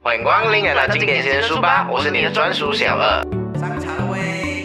欢迎光临来到经典先生书吧，我是你的专属小二。 上茶了喂！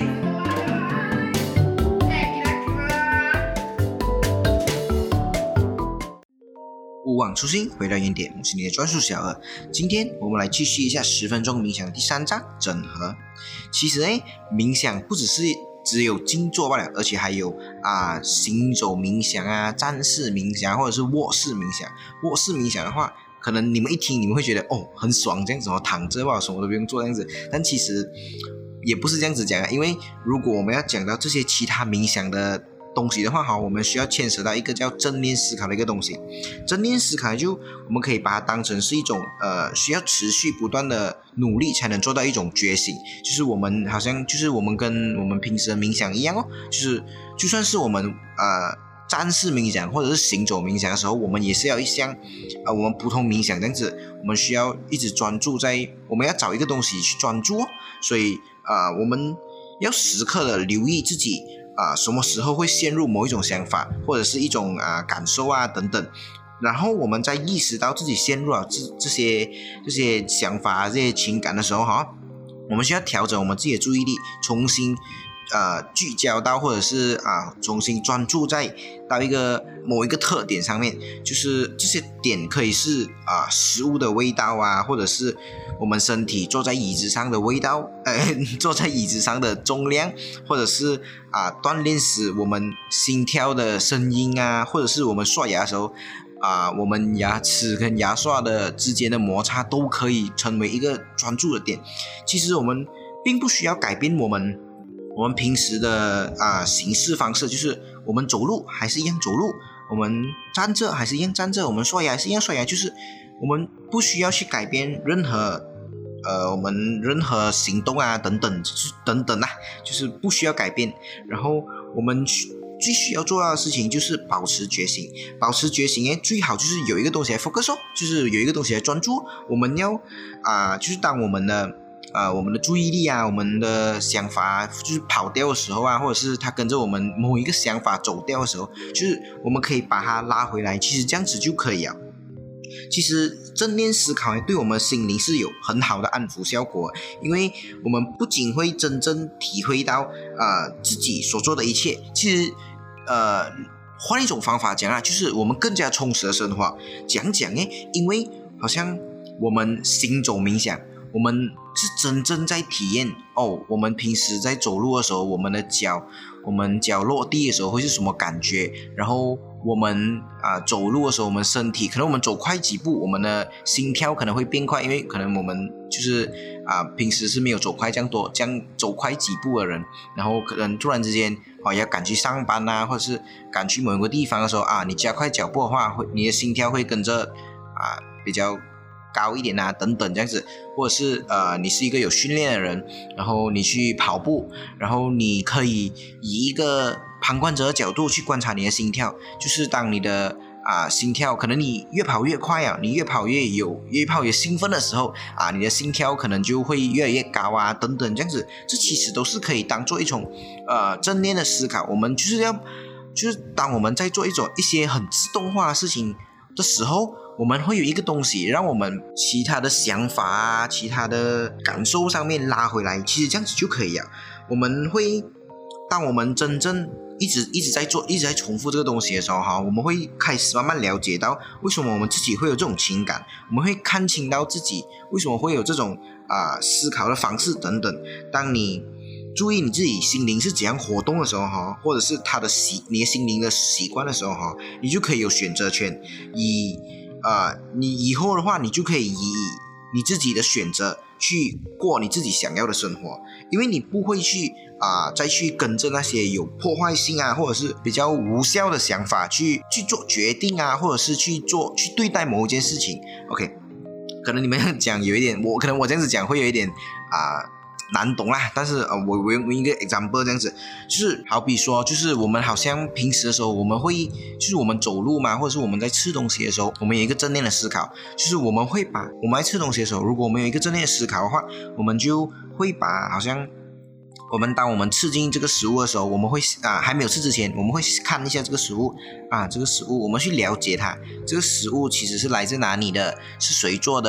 勿忘初心，回到原点，我是你的专属小二。今天我们来继续一下10分钟冥想的第3章整合。其实冥想不只有静坐罢了，而且还有行走冥想啊、站式冥想或者是卧式冥想。卧式冥想的话，可能你们一听你们会觉得很爽，这样子躺着吧，什么都不用做这样子。但其实也不是这样子讲因为如果我们要讲到这些其他冥想的东西的话我们需要牵扯到一个叫正念思考的一个东西。正念思考就我们可以把它当成是一种需要持续不断的努力才能做到一种觉醒，就是我们好像就是我们跟我们平时的冥想一样就是就算是我们站式冥想或者是行走冥想的时候，我们也是要像我们普通冥想这样子，我们需要一直专注在，我们要找一个东西去专注所以我们要时刻的留意自己什么时候会陷入某一种想法或者是一种感受等等，然后我们在意识到自己陷入了这些想法这些情感的时候我们需要调整我们自己的注意力，重新聚焦到或者是重新专注到某一个特点上面，就是这些点可以是食物的味道或者是我们身体坐在椅子上的味道坐在椅子上的重量，或者是锻炼时我们心跳的声音或者是我们刷牙的时候我们牙齿跟牙刷的之间的摩擦，都可以成为一个专注的点。其实我们并不需要改变我们平时的行事方式，就是我们走路还是一样走路，我们站着还是一样站着，我们刷牙还是一样刷牙，就是我们不需要去改变我们任何行动等等就是不需要改变。然后我们最需要做到的事情就是保持觉醒。保持觉醒最好就是有一个东西来 focus 就是有一个东西来专注。我们要就是当我们的注意力我们的想法就是跑掉的时候或者是它跟着我们某一个想法走掉的时候，就是我们可以把它拉回来，其实这样子就可以了。其实正念思考对我们心灵是有很好的安抚效果，因为我们不仅会真正体会到自己所做的一切，其实换一种方法讲就是我们更加充实的生活。讲因为好像我们行走冥想，我们是真正在体验我们平时在走路的时候，我们脚落地的时候会是什么感觉，然后我们走路的时候，我们身体可能我们走快几步，我们的心跳可能会变快，因为可能我们就是平时是没有走快这样走快几步的人，然后可能突然之间要赶去上班或者是赶去某个地方的时候你加快脚步的话，你的心跳会跟着比较高一点等等这样子，或者是你是一个有训练的人，然后你去跑步，然后你可以以一个旁观者的角度去观察你的心跳，就是当你的心跳可能你越跑越快你越跑越兴奋的时候你的心跳可能就会越来越高等等这样子。这其实都是可以当做一种正念的思考。我们就是当我们在做一些很自动化的事情的时候，我们会有一个东西让我们其他的想法其他的感受上面拉回来，其实这样子就可以了。当我们真正一直在做，一直在重复这个东西的时候我们会开始慢慢了解到为什么我们自己会有这种情感，我们会看清到自己为什么会有这种思考的方式等等。当你注意你自己心灵是怎样活动的时候或者是你的心灵的习惯的时候你就可以有选择权。你以后的话，你就可以以你自己的选择去过你自己想要的生活，因为你不会去再去跟着那些有破坏性或者是比较无效的想法去做决定或者是去对待某一件事情。 OK， 可能你们讲有一点我这样子讲会有一点难懂但是我用一个 example 这样子，就是好比说，就是我们好像平时的时候，我们会就是我们走路嘛，或者是我们在吃东西的时候，我们有一个正念的思考，就是我们在吃东西的时候，如果我们有一个正念的思考的话，我们就会把好像当我们吃进这个食物的时候，我们会还没有吃之前，我们会看一下这个食物这个食物我们去了解它，这个食物其实是来自哪里的，是谁做的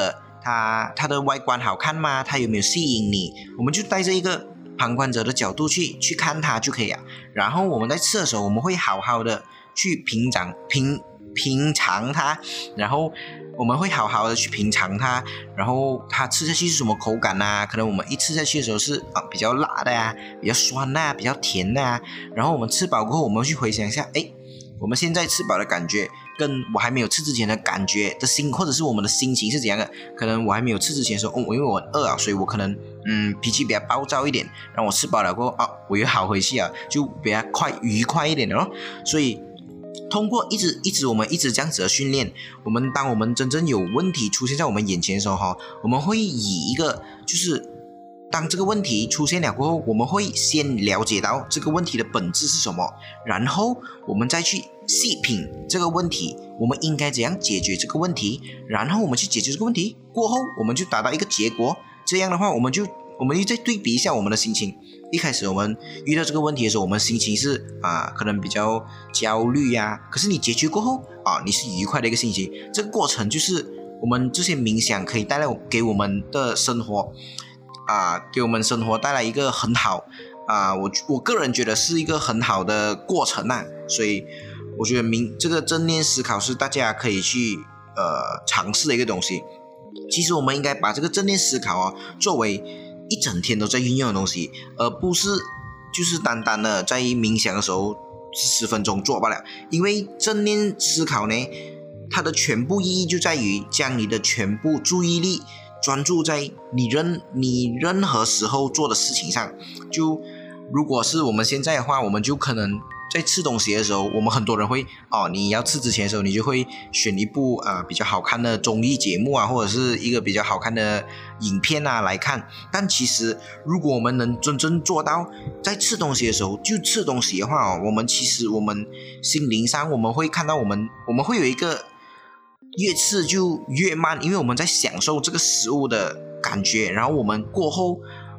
它的外观好看吗？它有没有吸引你？我们就带着一个旁观者的角度去看它就可以了。然后我们在吃的时候，我们会好好的去品尝它，然后我们会好好的去品尝它，然后它吃下去是什么口感啊？可能我们一吃下去的时候是比较辣的啊，比较酸啊，比较甜的啊。然后我们吃饱过后，我们去回想一下，我们现在吃饱的感觉，跟我还没有吃之前的感觉的或者是我们的心情是怎样的？可能我还没有吃之前的时候，因为我很饿啊，所以我可能脾气比较暴躁一点。然后我吃饱了过后我又好回去啊，就比较愉快一点的咯。所以通过我们一直这样子的训练，当我们真正有问题出现在我们眼前的时候我们会以一个就是当这个问题出现了过后，我们会先了解到这个问题的本质是什么，然后我们再去细品这个问题，我们应该怎样解决这个问题，然后我们去解决这个问题过后，我们就达到一个结果。这样的话，我们又再对比一下我们的心情。一开始我们遇到这个问题的时候，我们心情是可能比较焦虑啊，可是你解决过后你是愉快的一个心情。这个过程就是我们这些冥想可以带来给我们的生活给我们生活带来一个很好我个人觉得是一个很好的过程所以我觉得这个正念思考是大家可以去尝试的一个东西。其实我们应该把这个正念思考作为一整天都在运用的东西，而不是就是单单的在冥想的时候10分钟做罢了。因为正念思考呢，它的全部意义就在于将你的全部注意力专注在你任何时候做的事情上。就如果是我们现在的话，我们就可能在吃东西的时候，我们很多人会你要吃之前的时候，你就会选一部比较好看的综艺节目或者是一个比较好看的影片来看。但其实如果我们能真正做到在吃东西的时候就吃东西的话我们心灵上我们会看到我们会有一个越吃就越慢，因为我们在享受这个食物的感觉。然后我们过后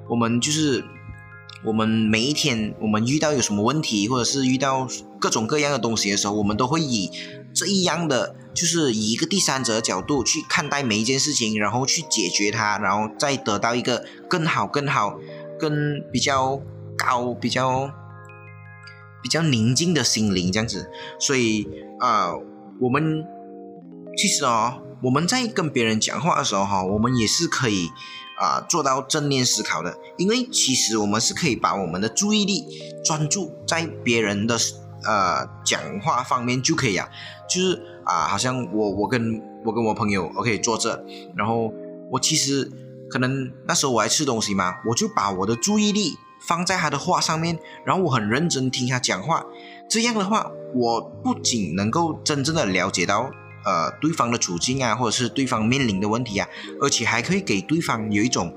我们每一天我们遇到有什么问题，或者是遇到各种各样的东西的时候，我们都会以这一样的就是以一个第三者的角度去看待每一件事情，然后去解决它，然后再得到一个更好更比较高比较宁静的心灵这样子。所以我们其实我们在跟别人讲话的时候我们也是可以做到正念思考的。因为其实我们是可以把我们的注意力专注在别人的讲话方面就可以就是好像我跟我朋友 OK 坐这，然后我其实可能那时候我还吃东西嘛，我就把我的注意力放在他的话上面，然后我很认真听他讲话。这样的话，我不仅能够真正的了解到对方的处境或者是对方面临的问题而且还可以给对方有一种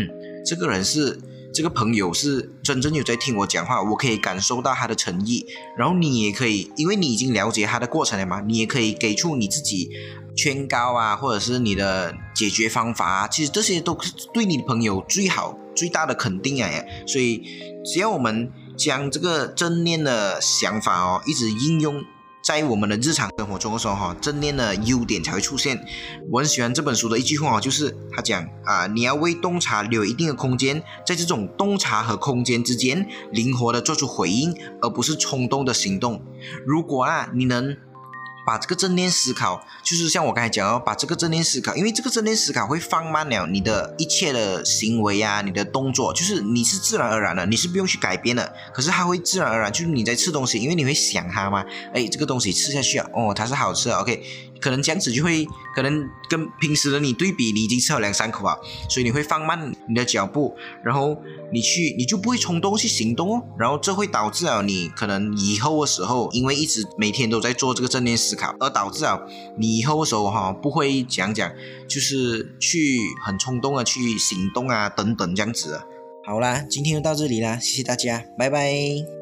这个朋友是真正有在听我讲话，我可以感受到他的诚意。然后你也可以，因为你已经了解他的过程了嘛，你也可以给出你自己劝告或者是你的解决方法其实这些都是对你的朋友最大的肯定所以只要我们将这个正念的想法一直应用在我们的日常生活中的时候正念的优点才会出现。我很喜欢这本书的一句话就是他讲你要为洞察留有一定的空间，在这种洞察和空间之间灵活的做出回应，而不是冲动的行动。如果你能把这个正念思考，就是像我刚才讲把这个正念思考，因为这个正念思考会放慢了你的一切的行为你的动作，就是你是自然而然的，你是不用去改变的。可是它会自然而然，就是你在吃东西，因为你会想它嘛，这个东西吃下去它是好吃的 OK， 可能这样子就会可能跟平时的你对比，你已经吃了2-3口所以你会放慢你的脚步，然后你就不会冲动去行动然后这会导致你可能以后的时候，因为一直每天都在做这个正念思考，而导致你以后的时候不会讲就是去很冲动的去行动等等这样子好啦，今天就到这里啦，谢谢大家，拜拜。